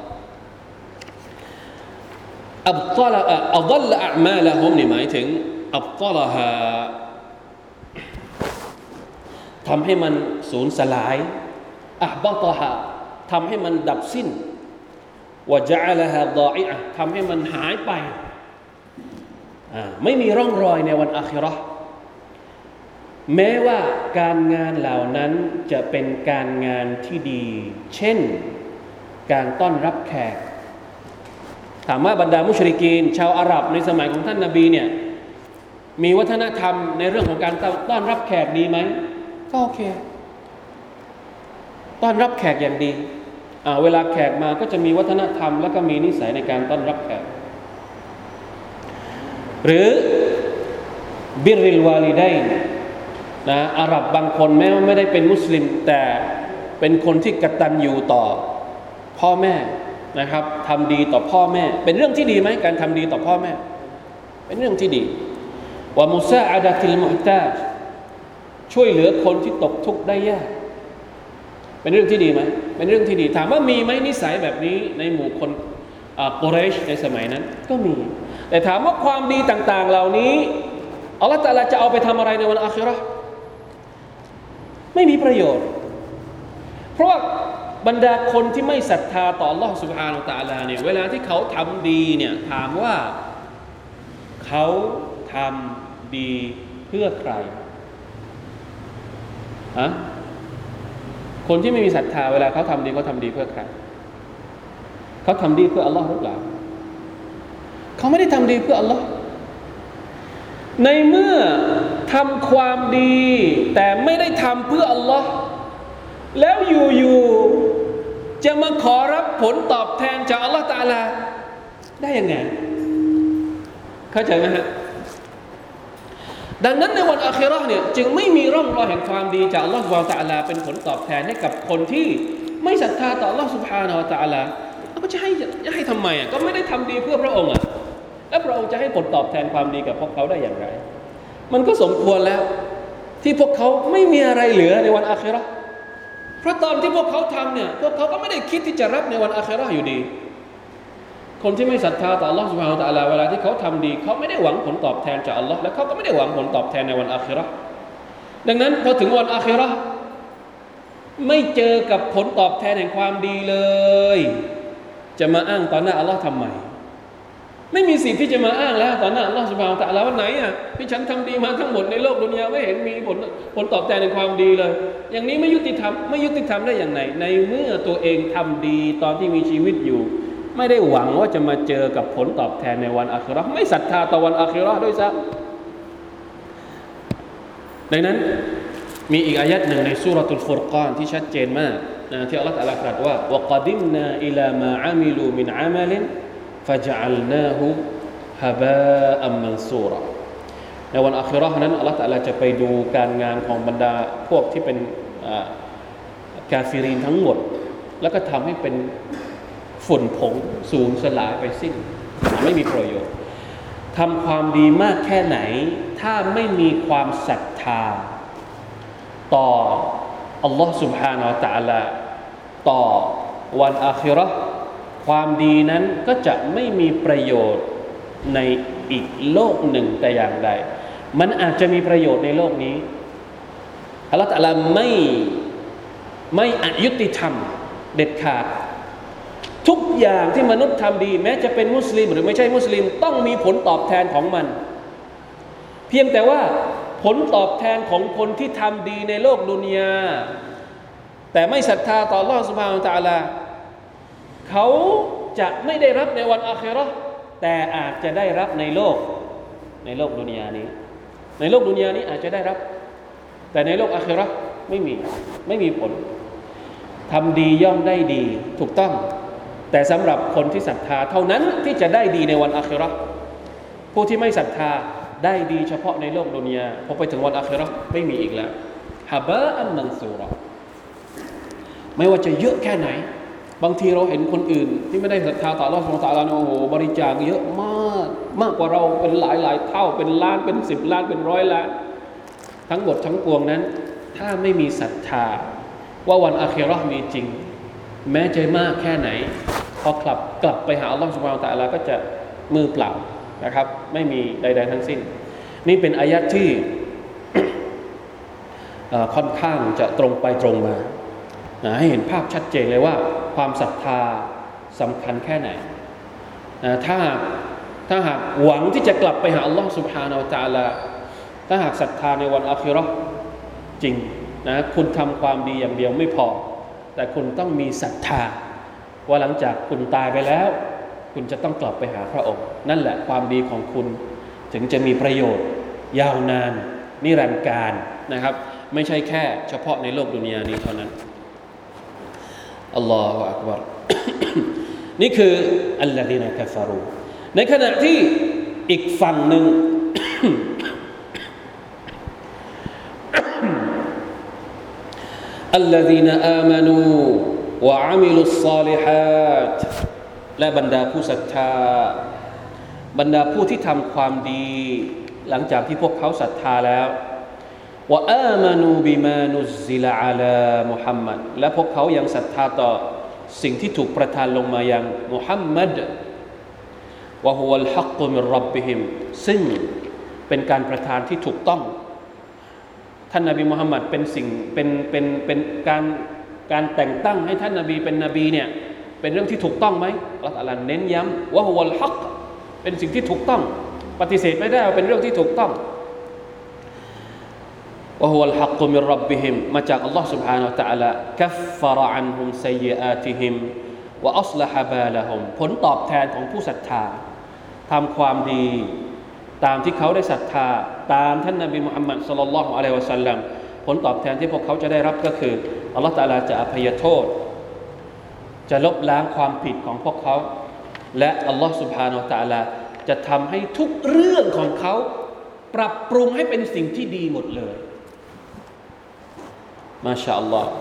A: أضل أعمالهم นี่หมายถึง أبطلهاทำให้มันสูญสลายอะบะตะฮะทำให้มันดับสิ้นวะญะอะละฮาฎออิอะห์ทำให้มันหายไปไม่มีร่องรอยในวันอาคิเราะห์แม้ว่าการงานเหล่านั้นจะเป็นการงานที่ดีเช่นการต้อนรับแขกถามว่าบรรดามุชริกีนชาวอาหรับในสมัยของท่านนบีเนี่ยมีวัฒนธรรมในเรื่องของการต้อนรับแขกดีไหมก็โอเคต้อนรับแขกอย่างดีเวลาแขกมาก็จะมีวัฒนธรรมแล้วก็มีนิสัยในการต้อนรับแขกหรือบิริลวาลิดัยน์นะอาหรับบางคนแม้ว่าไม่ได้เป็นมุสลิมแต่เป็นคนที่กตัญญูต่อพ่อแม่นะครับทำดีต่อพ่อแม่เป็นเรื่องที่ดีไหมการทำดีต่อพ่อแม่เป็นเรื่องที่ดีวะมุซาอะดะติลมุฮ์ตาจช่วยเหลือคนที่ตกทุกข์ได้ยากเป็นเรื่องที่ดีไหมเป็นเรื่องที่ดีถามว่ามีไหมนิสัยแบบนี้ในหมู่คนกุเรชในสมัยนั้นก็มีแต่ถามว่าความดีต่างๆเหล่านี้อัลเลาะห์ตะอาลาจะเอาไปทำอะไรในวันอาคิเราะห์ไม่มีประโยชน์เพราะว่าบรรดาคนที่ไม่ศรัทธาต่ออัลเลาะห์ซุบฮานะฮูวะตะอาลาเนี่ยเวลาที่เขาทำดีเนี่ยถามว่าเขาทำดีเพื่อใครคนที่ไม่มีศรัทธาเวลาเขาทำดีเขาทำดีเพื่อใครเขาทำดีเพื่ออัลลอฮ์หรือเปล่าเขาไม่ได้ทำดีเพื่ออัลลอฮ์ในเมื่อทำความดีแต่ไม่ได้ทำเพื่ออัลลอฮ์แล้วอยู่จะมาขอรับผลตอบแทนจากอัลลอฮฺตะอาลาได้ยังไงเข้าใจไหมฮะดังนั้นในวันอาคิเราะห์เนี่ยจึงไม่มีร่องรอยแห่งความดีจากอัลลอฮฺซุบฮานะฮูวะตะอาลาเป็นผลตอบแทนให้กับคนที่ไม่ศรัทธาต่ออัลลอฮฺซุบฮานะฮูวะตะอาลาก็จะให้ทำไมอ่ะก็ไม่ได้ทำดีเพื่อพระองค์อ่ะแล้วพระองค์จะให้ผลตอบแทนความดีกับพวกเขาได้อย่างไรมันก็สมควรแล้วที่พวกเขาไม่มีอะไรเหลือในวันอาคิเราะห์เพราะตอนที่พวกเขาทำเนี่ยพวกเขาก็ไม่ได้คิดที่จะรับในวันอาคิเราะห์อยู่ดีคนที่ไม่ศรัทธาต่ออัลลอฮฺซุบฮานะฮูวะตะอาลาเวลาที่เขาทำดีเขาไม่ได้หวังผลตอบแทนจากอัลลอฮ์และเขาก็ไม่ได้หวังผลตอบแทนในวันอาคิเราะห์ดังนั้นพอถึงวันอาคิเราะห์ไม่เจอกับผลตอบแทนแห่งความดีเลยจะมาอ้างต่อหน้าอัลลอฮ์ทำไมไม่มีสิทธิ์ที่จะมาอ้างแล้วต่อหน้าอัลลอฮ์ซุบฮานะฮูวะตะอาลาว่าไหนอ่ะที่ฉันทำดีมาทั้งหมดในโลกดุนยาไม่เห็นมีผลตอบแทนแห่งความดีเลยอย่างนี้ไม่ยุติธรรมได้อย่างไรในเมื่อตัวเองทำดีตอนที่มีชีวิตอยู่ไม่ได้หวังว่าจะมาเจอกับผลตอบแทนในวันอาคิเราะห์ไม่ศรัทธาต่อวันอาคิเราะห์ด้วยซ้ำดังนั้นมีอีกอายะห์หนึ่งในซูเราะตุลฟุรกานที่ชัดเจนมากนะที่อัลเลาะห์ตะอาลาตรัสว่าวะกอดิมนาอิลามาอามิลูมินอามัลินฟะญะอัลนาฮูฮะบาอัมมันซูราในวันอาคิเราะห์นั้นอัลเลาะห์ตะอาลาจะไปดูการงานของบรรดาพวกที่เป็นกาฟิรีนทั้งหมดแล้วก็ทำให้เป็นฝุ่นผงสูญสลายไปสิ้นไม่มีประโยชน์ทำความดีมากแค่ไหนถ้าไม่มีความศรัทธาต่ออัลลอฮฺ سبحانه และ تعالى ต่อวันอาคิเราะห์ความดีนั้นก็จะไม่มีประโยชน์ในอีกโลกหนึ่งแต่อย่างใดมันอาจจะมีประโยชน์ในโลกนี้อัลลอฮฺ تعالى ไม่อยุติธรรมเด็ดขาดทุกอย่างที่มนุษย์ทำดีแม้จะเป็นมุสลิมหรือไม่ใช่มุสลิมต้องมีผลตอบแทนของมันเพียงแต่ว่าผลตอบแทนของคนที่ทำดีในโลกดุนยาแต่ไม่ศรัทธาต่ออัลเลาะห์ซุบฮานะฮูวะตะอาลาเขาจะไม่ได้รับในวันอาคิเราะห์แต่อาจจะได้รับในโลกดุนยานี้ในโลกดุนยานี้อาจจะได้รับแต่ในโลกอาคิเราะห์ไม่มีผลทำดีย่อมได้ดีถูกต้องแต่สำหรับคนที่ศรัทธาเท่านั้นที่จะได้ดีในวันอาคิเราะห์ผู้ที่ไม่ศรัทธาได้ดีเฉพาะในโลกดุนยาพอไปถึงวันอาคิเราะห์ไม่มีอีกแล้วฮะบาอันมันซูเราะห์ไม่ว่าจะเยอะแค่ไหนบางทีเราเห็นคนอื่นที่ไม่ได้ศรัทธาต่ออัลเลาะห์ซุบฮานะฮูวะตะอาลาโอ้โหบริจาคเยอะมากกว่าเราเป็นหลายเท่าเป็นล้านเป็น10 ล้านเป็น100 ล้านทั้งหมดทั้งปวงนั้นถ้าไม่มีศรัทธาว่าวันอาคิเราะห์มีจริงแม้จะมากแค่ไหนพอกลับไปหาอัลเลาะห์ซุบฮานะฮูวะตะอาลาก็จะมือเปล่านะครับไม่มีใดๆทั้งสิ้นนี่เป็นอายะห์ที่ ค่อนข้างจะตรงไปตรงมาให้เห็นภาพชัดเจนเลยว่าความศรัทธาสำคัญแค่ไหนถ้าหากหวังที่จะกลับไปหาอัลลอฮฺซุบฮานะฮูวะตะอาลาถ้าหากศรัทธาในวันอาคิเราะห์จริงนะคุณทำความดีอย่างเดียวไม่พอแต่คุณต้องมีศรัทธาว่าหลังจากคุณตายไปแล้วคุณจะต้องกลับไปหาพระองค์นั่นแหละความดีของคุณถึงจะมีประโยชน์ยาวนานนิรันดร์การนะครับไม่ใช่แค่เฉพาะในโลกดุนยานี้เท่านั้นอัลลอฮฺอักบัร นี่คืออัลลอฮีนะกัฟารูในขณะที่อีกฝั่งหนึ่ง อัลลอฮีนะอามานูวะอามิลุศศอลิฮาตและบรรดาผู้ศรัทธาบรรดาผู้ที่ทำความดีหลังจากที่พวกเขาศรัทธาแล้ววะอามานูบิมานุซซิลอะลามุฮัมมัดและพวกเขายังศรัทธาต่อสิ่งที่ถูกประทานลงมายังมุฮัมมัดวะฮุวัลฮักกุมิรร็อบบิฮิมซึ่งเป็นการประทานที่ถูกต้องท่านนบีมุฮัมมัดเป็นสิ่งเป็นการแต่งตั้งให้ท่านนบีเป็นนบีเนี่ยเป็นเรื่องที่ถูกต้องไหมอัลเลาะห์ตะอาลาเน้นย้ำว่าฮุวัลฮักเป็นสิ่งที่ถูกต้องปฏิเสธไม่ได้ว่าเป็นเรื่องที่ถูกต้องว่าฮุวัลฮักกุมิรร็อบบิฮิมมาจากอัลลอฮ์ سبحانه และ تعالى กัฟฟะรออันฮุมซัยยิอาติฮิมวะอัศละฮะบาละฮุมผลตอบแทนของผู้ศรัทธาทำความดีตามที่เขาได้ศรัทธาตามท่านนบีมุฮัมมัดศ็อลลัลลอฮุอะลัยฮิวะซัลลัมผลตอบแทนที่พวกเขาจะได้รับก็คืออัลลอฮ์ตะอาลาจะอภัยโทษจะลบล้างความผิดของพวกเขาและอัลลอฮฺ سبحانه และ تعالى จะทำให้ทุกเรื่องของเขาปรับปรุงให้เป็นสิ่งที่ดีหมดเลยมาชาอัลลอฮ์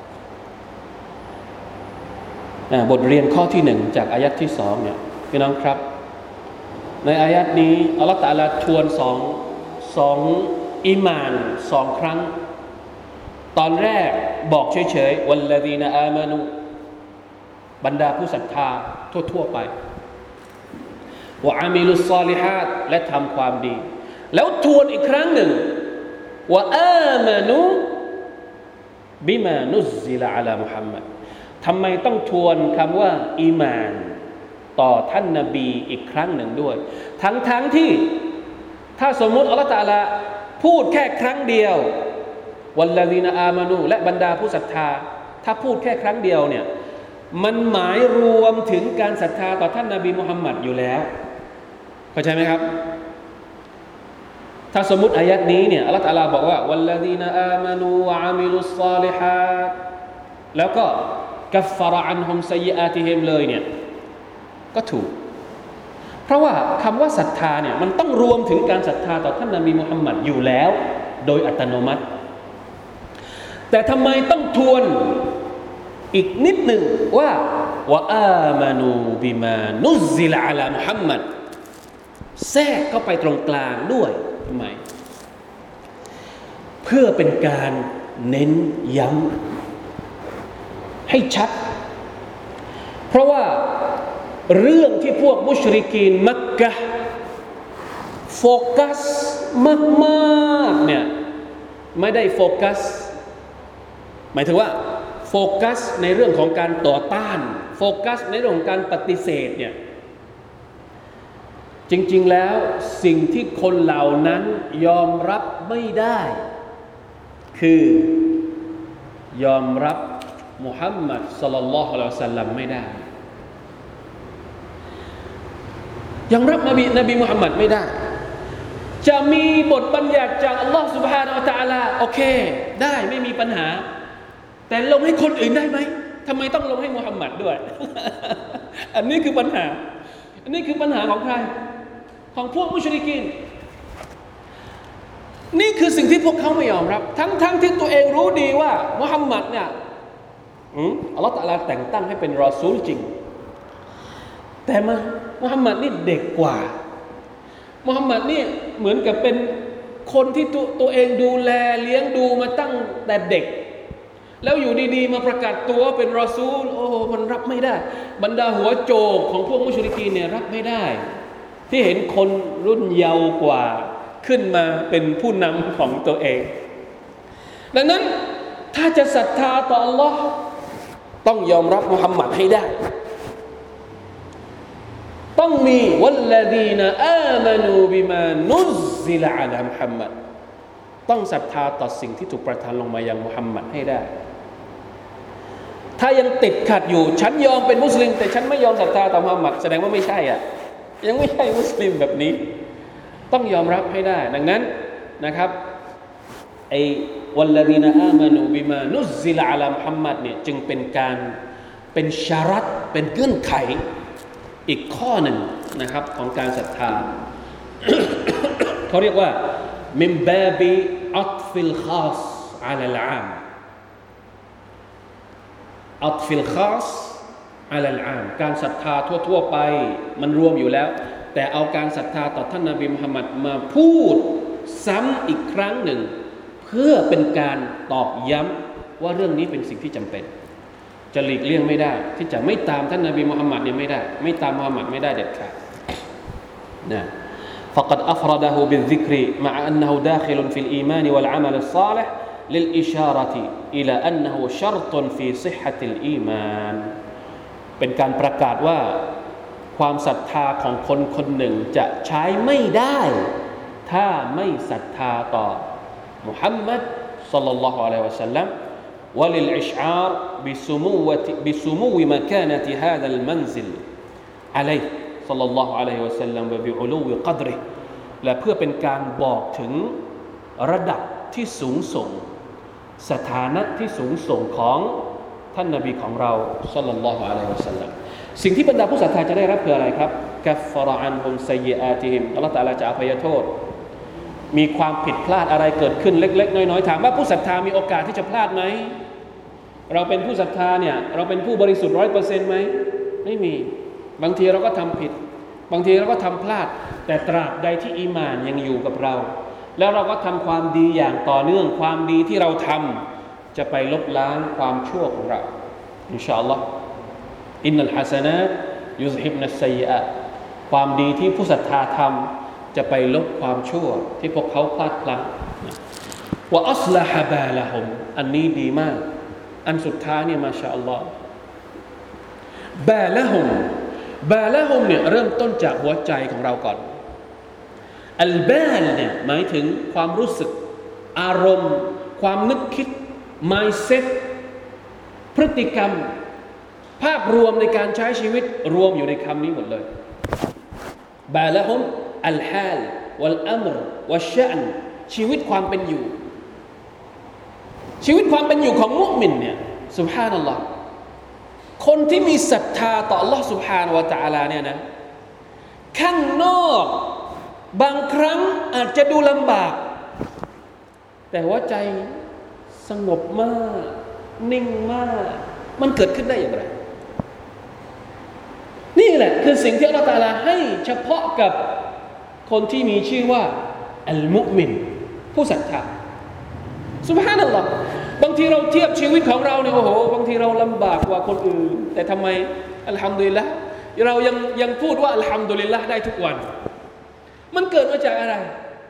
A: บทเรียนข้อที่1จากอายัดที่2เนี่ยพี่น้องครับในอายัดนี้อัลลอฮฺตะอาลาทวนสองอีหม่าน2ครั้งตอนแรกบอกเฉยๆวัลลซีนอามานูบรรดาผู้ศรัทธาทั่วๆไปวะอามิลุศศอลิฮาตและทำความดีแล้วทวนอีกครั้งหนึ่งวะอามานูบิมานุซซิลอะลามุฮัมมัดทำไมต้องทวนคำว่าอีหม่านต่อท่านนบีอีกครั้งหนึ่งด้วยทั้งที่ถ้าสมมุติอัลเลาะห์ตะอาลาพูดแค่ครั้งเดียววัลลซีนอามานูและบรรดาผู้ศรัทธาถ้าพูดแค่ครั้งเดียวเนี่ยมันหมายรวมถึงการศรัทธาต่อท่านนบีมุฮัมมัดอยู่แล้วเข้าใจไหมครับถ้าสมมุติอายัดนี้เนี่ยอัลเลาะห์ตะอาลาบอกว่าวัลลซีนอามานูวะอามิลุศศอลิฮาตแล้วก็กัฟฟะรออันฮุมซัยยิอาติฮิมเลยเนี่ยก็ถูกเพราะว่าคำว่าศรัทธาเนี่ยมันต้องรวมถึงการศรัทธาต่อท่านนบีมุฮัมมัดอยู่แล้วโดยอัตโนมัติแต่ทำไมต้องทวนอีกนิดหนึ่งว่าวะอามานูบิมานุซซิลอะลามุฮัมมัดแทรกเข้าไปตรงกลางด้วยทำไมเพื่อเป็นการเน้นย้ำให้ชัดเพราะว่าเรื่องที่พวกมุชริกีนมักกะห์โฟกัสมากๆเนี่ยไม่ได้โฟกัสหมายถึงว่าโฟกัสในเรื่องของการต่อต้านโฟกัสในเรื่องของการปฏิเสธเนี่ยจริงๆแล้วสิ่งที่คนเหล่านั้นยอมรับไม่ได้คือยอมรับมุฮัมมัดศ็อลลัลลอฮุอะลัยฮิวะซัลลัมไม่ได้ยอมรับนบีมุฮัมมัดไม่ได้จะมีบทบัญญัติจากอัลลอฮฺ سبحانه และ تعالى โอเคได้ไม่มีปัญหาแต่ลงให้คนอื่นได้ไหมทำไมต้องลงให้มุฮัมมัดด้วย อันนี้คือปัญหาอันนี้คือปัญหาของใครของพวกมุชริกีนนี่คือสิ่งที่พวกเขาไม่ยอมรับทั้งที่ตัวเองรู้ดีว่ามุฮัมมัดเนี่ยอัลลอฮฺตะอาลาแต่งตั้งให้เป็นรอซูลจริงแต่มุฮัมมัดนี่เด็กกว่ามุฮัมมัดนี่เหมือนกับเป็นคนที่ตัวเองดูแลเลี้ยงดูมาตั้งแต่เด็กแล้วอยู่ดีๆมาประกาศตัวเป็นรอซูลโอ้มันรับไม่ได้บรรดาหัวโจกของพวกมุชริกีนเนี่ยรับไม่ได้ที่เห็นคนรุ่นเยาว์กว่าขึ้นมาเป็นผู้นำของตัวเองดังนั้นถ้าจะศรัทธาต่อ Allah ต้องยอมรับมุฮัมมัดให้ได้ต้องมีวัลลซีนอามานูบิมานุซซิลอะลามุฮัมมัดต้องศรัทธาต่อสิ่งที่ถูกประทานลงมายังมุฮัมมัดให้ได้ถ้ายังติดขัดอยู่ฉันยอมเป็นมุสลิมแต่ฉันไม่ยอมศรัทธาต่อมุฮัมมัดแสดงว่าไม่ใช่ยังไม่ใช่มุสลิมแบบนี้ต้องยอมรับให้ได้ดังนั้นนะครับไอ้วัลลซีนอามานูบิมานุซซิลอะลามุฮัมมัดเนี่ยจึงเป็นชารัตเป็นเงื่อนไขอีกข้อหนึ่งนะครับของการศรัทธา เขาเรียกว่ามินบาบิอัตฟิลคอสอะลัลอามอัตฟิลคอสอะลัลอามการศรัทธาทั่วๆไปมันรวมอยู่แล้วแต่เอาการศรัทธาต่อท่านนบีมุฮัมมัดมาพูดซ้ำอีกครั้งหนึ่งเพื่อเป็นการตอกย้ำว่าเรื่องนี้เป็นสิ่งที่จำเป็นจะหลีกเลี่ยงไม่ได้ที่จะไม่ตามท่านนบีมุฮัมมัดเนี่ยไม่ได้ไม่ตามมุฮัมมัดไม่ได้เด็ดขาดนะ فقد أفرده بالذكر مع أنه داخل في الإيمان والعمل الصالح للإشارة إلى أنه شرط في صحة الإيمان เป็นการประกาศว่าความศรัทธาของคนคนหนึ่งจะใช้ไม่ได้ถ้าไม่ศรัทธาต่อมุฮัมมัดศ็อลลัลลอฮุอะลัยฮิวะซัลลัมوللإشعار بسمو مكانة هذا المنزل عليه صلى الله عليه وسلم وبعلو قدره และเพื่อเป็นการบอกถึงระดับที่สูงส่งสถานะที่สูงส่งของท่านนบีของเราศ็อลลัลลอฮุอะลัยฮิวะซัลลัมสิ่งที่บรรดาผู้ศรัทธาจะได้รับคืออะไรครับกัฟฟะรออันฮุมซัยยิอาติฮิมอัลเลาะห์ตะอาลาจะอภัยโทษมีความผิดพลาดอะไรเกิดขึ้นเล็กๆน้อยๆถามว่าผู้ศรัทธามีโอกาสที่จะพลาดไหมเราเป็นผู้ศรัทธาเนี่ยเราเป็นผู้บริสุทธิ์ 100% ไหมไม่มีบางทีเราก็ทำผิดบางทีเราก็ทำพลาดแต่ตราบใดที่อีหม่านยังอยู่กับเราแล้วเราก็ทำความดีอย่างต่อเนื่องความดีที่เราทำจะไปลบล้างความชั่วของเราอินชาอัลลอฮ์อินนัลฮะซะนาตยุซฮิบนัสซัยยิอาตความดีที่ผู้ศรัทธาทำจะไปลบความชั่วที่พวกเขาพลาดพลั้งวะอัศละฮะบาละฮุมอันนี้ดีมากอันสุดท้ายเนี่ยมาชาอัลลอฮ์บาละฮุมเนี่ยเริ่มต้นจากหัวใจของเราก่อนอัลบาลเนี่ยหมายถึงความรู้สึกอารมณ์ความนึกคิด mindset พฤติกรรมภาพรวมในการใช้ชีวิตรวมอยู่ในคำนี้หมดเลยบาละฮุมอัลฮาลวัลอัมรวัชชะอนชีวิตความเป็นอยู่ชีวิตความเป็นอยู่ของมุมินเนี่ยซุบฮานัลลอฮ์คนที่มีศรัทธาต่อ Allah سبحانه และ تعالى เนี่ยนะข้างนอกบางครั้งอาจจะดูลำบากแต่หัวใจสงบมากนิ่งมากมันเกิดขึ้นได้อย่างไรนี่แหละคือสิ่งที่อัลเลาะห์ตะอาลาให้เฉพาะกับคนที่มีชื่อว่าอัลมุอ์มินผู้ศรัทธาซุบฮานัลลอฮ์บางทีเราเทียบชีวิตของเราเนี่ยโอ้โหบางทีเราลำบากกว่าคนอื่นแต่ทำไมอัลฮัมดุลิลละห์เรายังพูดว่าอัลฮัมดุลิลละห์ได้ทุกวันมันเกิดมาจากอะไร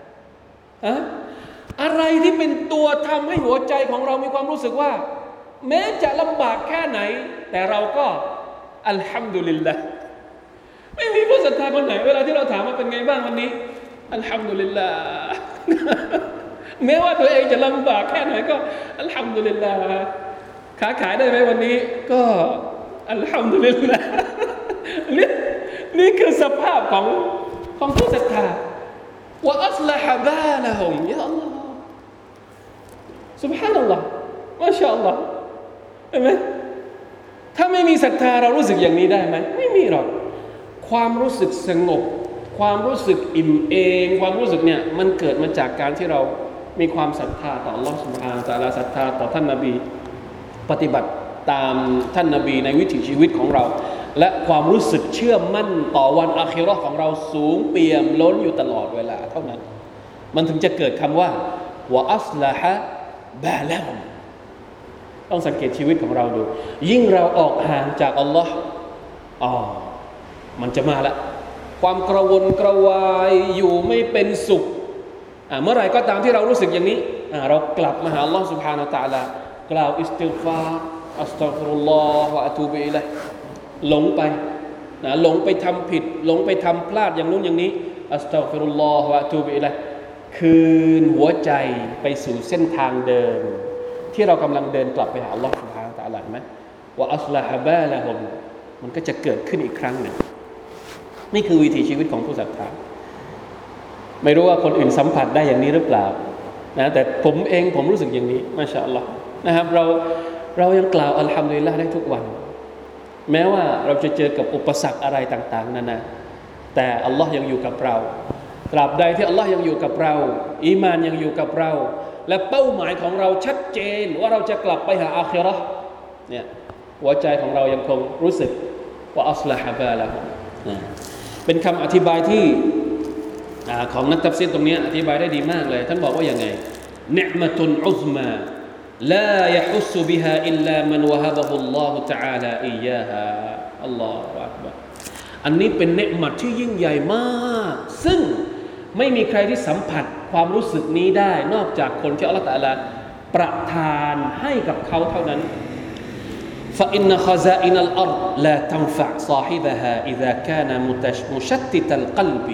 A: อะไรที่เป็นตัวทำให้หัวใจของเรามีความรู้สึกว่าแม้จะลำบากแค่ไหนแต่เราก็อัลฮัมดุลิลละห์ไม่มีผู้ศรัทธาคนไหนเวลาที่เราถามว่าเป็นไงบ้างวันนี้อัลฮัมดุลิลละห์แม้ว่าตัวเองจะลำบากแค่ไหนก็อัลฮัมดุลิลลาห์ค้าขายได้ไหมวันนี้ก็อัลฮัมดุลิลลาห์นี่คือสภาพของผู้ศรัทธาวะอัศละฮะบาละฮุมยาอัลลอฮ์ซุบฮานัลลอฮ์มาชาอัลลอฮ์เห็นไหมถ้าไม่มีศรัทธาเรารู้สึกอย่างนี้ได้ไหมไม่มีหรอกความรู้สึกสงบความรู้สึกอิ่มเอมความรู้สึกเนี่ยมันเกิดมาจากการที่เรามีความศรัทธาต่อ Allah Subhanahu Wa Taala ศรัทธาต่อท่านนบีปฏิบัติตามท่านนบีในวิถีชีวิตของเราและความรู้สึกเชื่อมั่นต่อวันอาคิเราะห์ของเราสูงเปี่ยมล้นอยู่ตลอดเวลาเท่านั้นมันถึงจะเกิดคำว่าวะอัศละฮะบาละฮุมต้องสังเกตชีวิตของเราดูยิ่งเราออกห่างจากอัลลอฮ์มันจะมาละความกระวนกระวายอยู่ไม่เป็นสุขเมื่อไหร่ก็ตามที่เรารู้สึกอย่างนี้เรากลับมาหาอัลลอฮ์ سبحانه และ تعالى กล่าวอิสติฆฟารอัสตัฆฟิรุลลอฮ์วะอะตูบิอิลัยฮิหลงไปทำผิดหลงไปทำพลาดอย่างนู้นอย่างนี้อัสตัฆฟิรุลลอฮ์วะอะตูบิอิลัยฮิคืนหัวใจไปสู่เส้นทางเดิมที่เรากำลังเดินกลับไปหาอัลลอฮ์ سبحانه และ تعالى มั้ยว่าอัศละฮะบาละฮุมมันก็จะเกิดขึ้นอีกครั้งหนึ่งนี่คือวิถีชีวิตของผู้ศรัทธาไม่รู้ว่าคนอื่นสัมผัสได้อย่างนี้หรือเปล่านะแต่ผมรู้สึกอย่างนี้มาชาอัลลอฮ์นะครับเรายังกล่าวอัลฮัมดุลิลละห์ได้ทุกวันแม้ว่าเราจะเจอกับอุปสรรคอะไรต่างๆนานาแต่อัลลอฮ์ยังอยู่กับเราตราบใดที่อัลลอฮ์ยังอยู่กับเราอีมานยังอยู่กับเราและเป้าหมายของเราชัดเจนว่าเราจะกลับไปหาอาคิเราะห์เนี่ยหัวใจของเรายังคงรู้สึกว่าอัศละฮะบาละฮุมเป็นคำอธิบายที่ของนักตัฟซีรตรงนี้อธิบายได้ดีมากเลยท่านบอกว่าอย่างไงนิอ์มะตุนอุซมาลายะฮุสบิฮาอิลลามันวะฮะบะฮุลลอฮุตะอาลาอิยาฮาอัลลอฮุอักบัรอันนี้เป็นนิอ์มะที่ยิ่งใหญ่มากซึ่งไม่มีใครที่สัมผัสความรู้สึกนี้ได้นอกจากคนที่อัลเลาะห์ตะอาลาประทานให้กับเขาเท่านั้นفإن خزائن الأرض لا تنفع صاحبها إذا كان مشتت القلب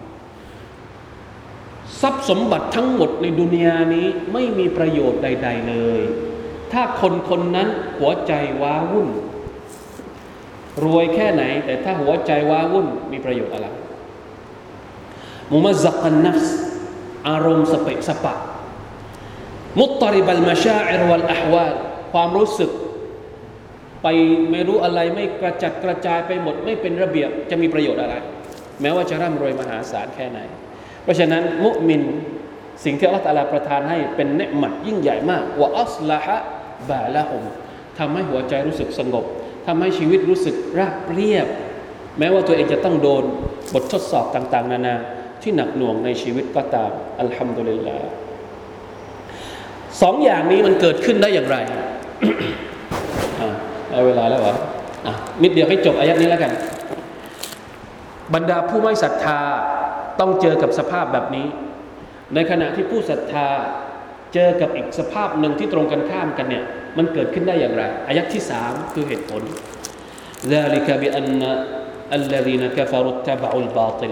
A: ทรัพย์สมบัติทั้งหมดในดุนยานี้ไม่มีประโยชน์ใดๆเลยถ้าคนนั้นหัวใจว้าวุ่นรวยแค่ไหนแต่ถ้าหัวใจว้าวุ่นมีประโยชน์อะไรมุมัซซักันนัฟส์อารมณ์สเปะสปะมุตตริบัลมะชาอิรวัลอะฮวาลความรู้สึกไปไม่รู้อะไรไม่กระจัดกระจายไปหมดไม่เป็นระเบียบจะมีประโยชน์อะไรแม้ว่าจะร่ำรวยมหาศาลแค่ไหนเพราะฉะนั้นมุมินสิ่งที่อัลเลาะห์ตะอาลาประทานให้เป็นเนืมัดยิ่งใหญ่มากวะอัศละฮะบาละฮุมทำให้หัวใจรู้สึกสงบทำให้ชีวิตรู้สึกราบเรียบแม้ว่าตัวเองจะต้องโดนบททดสอบต่างๆนานาที่หนักหน่วงในชีวิตก็ตามอัลฮัมดุลิลลาห์สองอย่างนี้มันเกิดขึ้นได้อย่างไร ได้เวลาแล้วเหรอนิดเดียวให้จบอายัดนี้แล้วกันบรรดาผู้ไม่ศรัทธาต้องเจอกับสภาพแบบนี้ในขณะที่ผู้ศรัทธาเจอกับอีกสภาพหนึ่งที่ตรงกันข้ามกันเนี่ยมันเกิดขึ้นได้อย่างไรอายัดที่3คือเหตุผล ذلك بأن الذين كفروا اتبعوا الباطل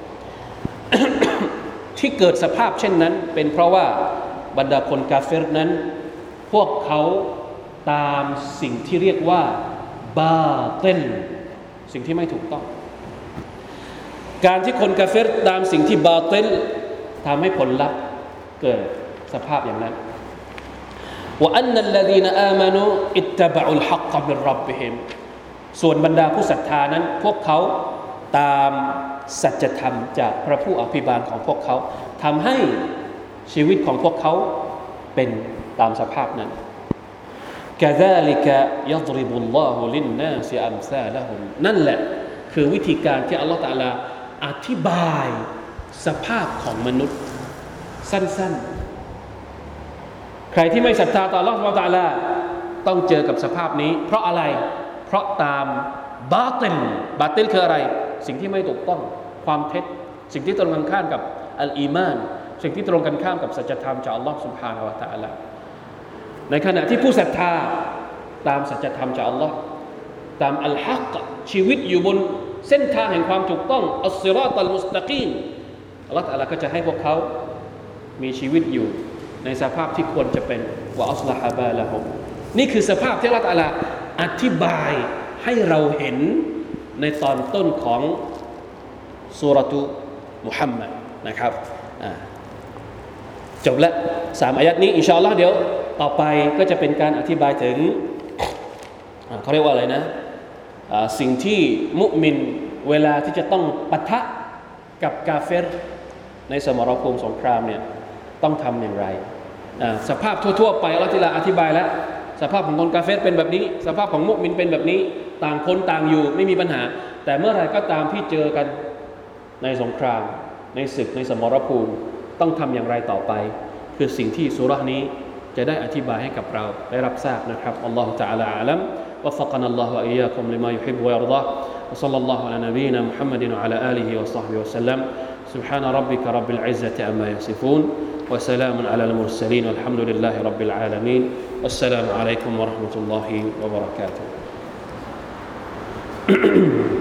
A: ที่เกิดสภาพเช่นนั้นเป็นเพราะว่าบรรดาคนกาเฟรนั้นพวกเขาตามสิ่งที่เรียกว่าบาติลสิ่งที่ไม่ถูกต้องการที่คนกาเฟรตามสิ่งที่บาติลทำให้ผลลัพธ์เกิดสภาพอย่างนั้นว่าอันนัลลดีนอามานูอิตตะบะอุลฮักกะมิรร็อบบิฮิมส่วนบรรดาผู้ศรัทธานั้นพวกเขาตามสัจธรรมจากพระผู้อภิบาลของพวกเขาทำให้ชีวิตของพวกเขาเป็นตามสภาพนั้นكذلك يضرب الله للناس أمثالهم นั่นแหละคือวิธีการที่อัลเลาะห์ตะอาลาอธิบายสภาพของมนุษย์สั้นๆใครที่ไม่ศรัทธาต่ออัลเลาะห์ซุบฮานะฮูวะตะอาลาต้องเจอกับสภาพนี้เพราะอะไรเพราะตามบาติลคืออะไรสิ่งที่ไม่ถูกต้องความเท็จสิ่งที่ตรงกันข้ามกับอัลอีมานสิ่งที่ตรงกันข้ามกับสัจธรรมจากอัลเลาะห์ซุบฮานะฮูวะตะอาลาในขณะที่ผู้ศรัทธาตามสัจธรรมจากอัลเลาะห์ตามอัลฮักชีวิตอยู่บนเส้นทางแห่งความถูกต้องอัสซิรอตัลมุสตะกีมอัลเลาะห์ตะอาลาก็จะให้พวกเขามีชีวิตอยู่ในสภาพที่ควรจะเป็นวะอัศละฮะบาละฮุมนี่คือสภาพที่อัลเลาะห์ตะอาลาอธิบายให้เราเห็นในตอนต้นของซูเราะตุมุฮัมมัดนะครับจบแล้ว3อายัดนี้อินชาอัลลอฮ์เดี๋ยวต่อไปก็จะเป็นการอธิบายถึงเขาเรียกว่าอะไรนะสิ่งที่มุมินเวลาที่จะต้องปะทะกับกาเฟรในสมรภูมิสงครามเนี่ยต้องทำอย่างไรสภาพทั่วๆไปอัลเลาะห์ตะอาลาอธิบายแล้วสภาพของคนกาเฟรเป็นแบบนี้สภาพของมุมินเป็นแบบนี้ต่างคนต่างอยู่ไม่มีปัญหาแต่เมื่อไรก็ตามที่เจอกันในสงครามในศึกในสมรภูมิต้องทำอย่างไรต่อไปคือสิ่งที่ซูเราะห์นี้จะได้อธิบายให้กับเราได้รับทราบนะครับอัลลอฮฺ تعالى อาลัมوفقنا الله وإياكم لما يحب ويرضاه وصلى الله على نبينا محمد وعلى آله وصحبه وسلم سبحان ربك رب العزة عما يصفون وسلام على المرسلين والحمد لله رب العالمين والسلام عليكم ورحمة الله وبركاته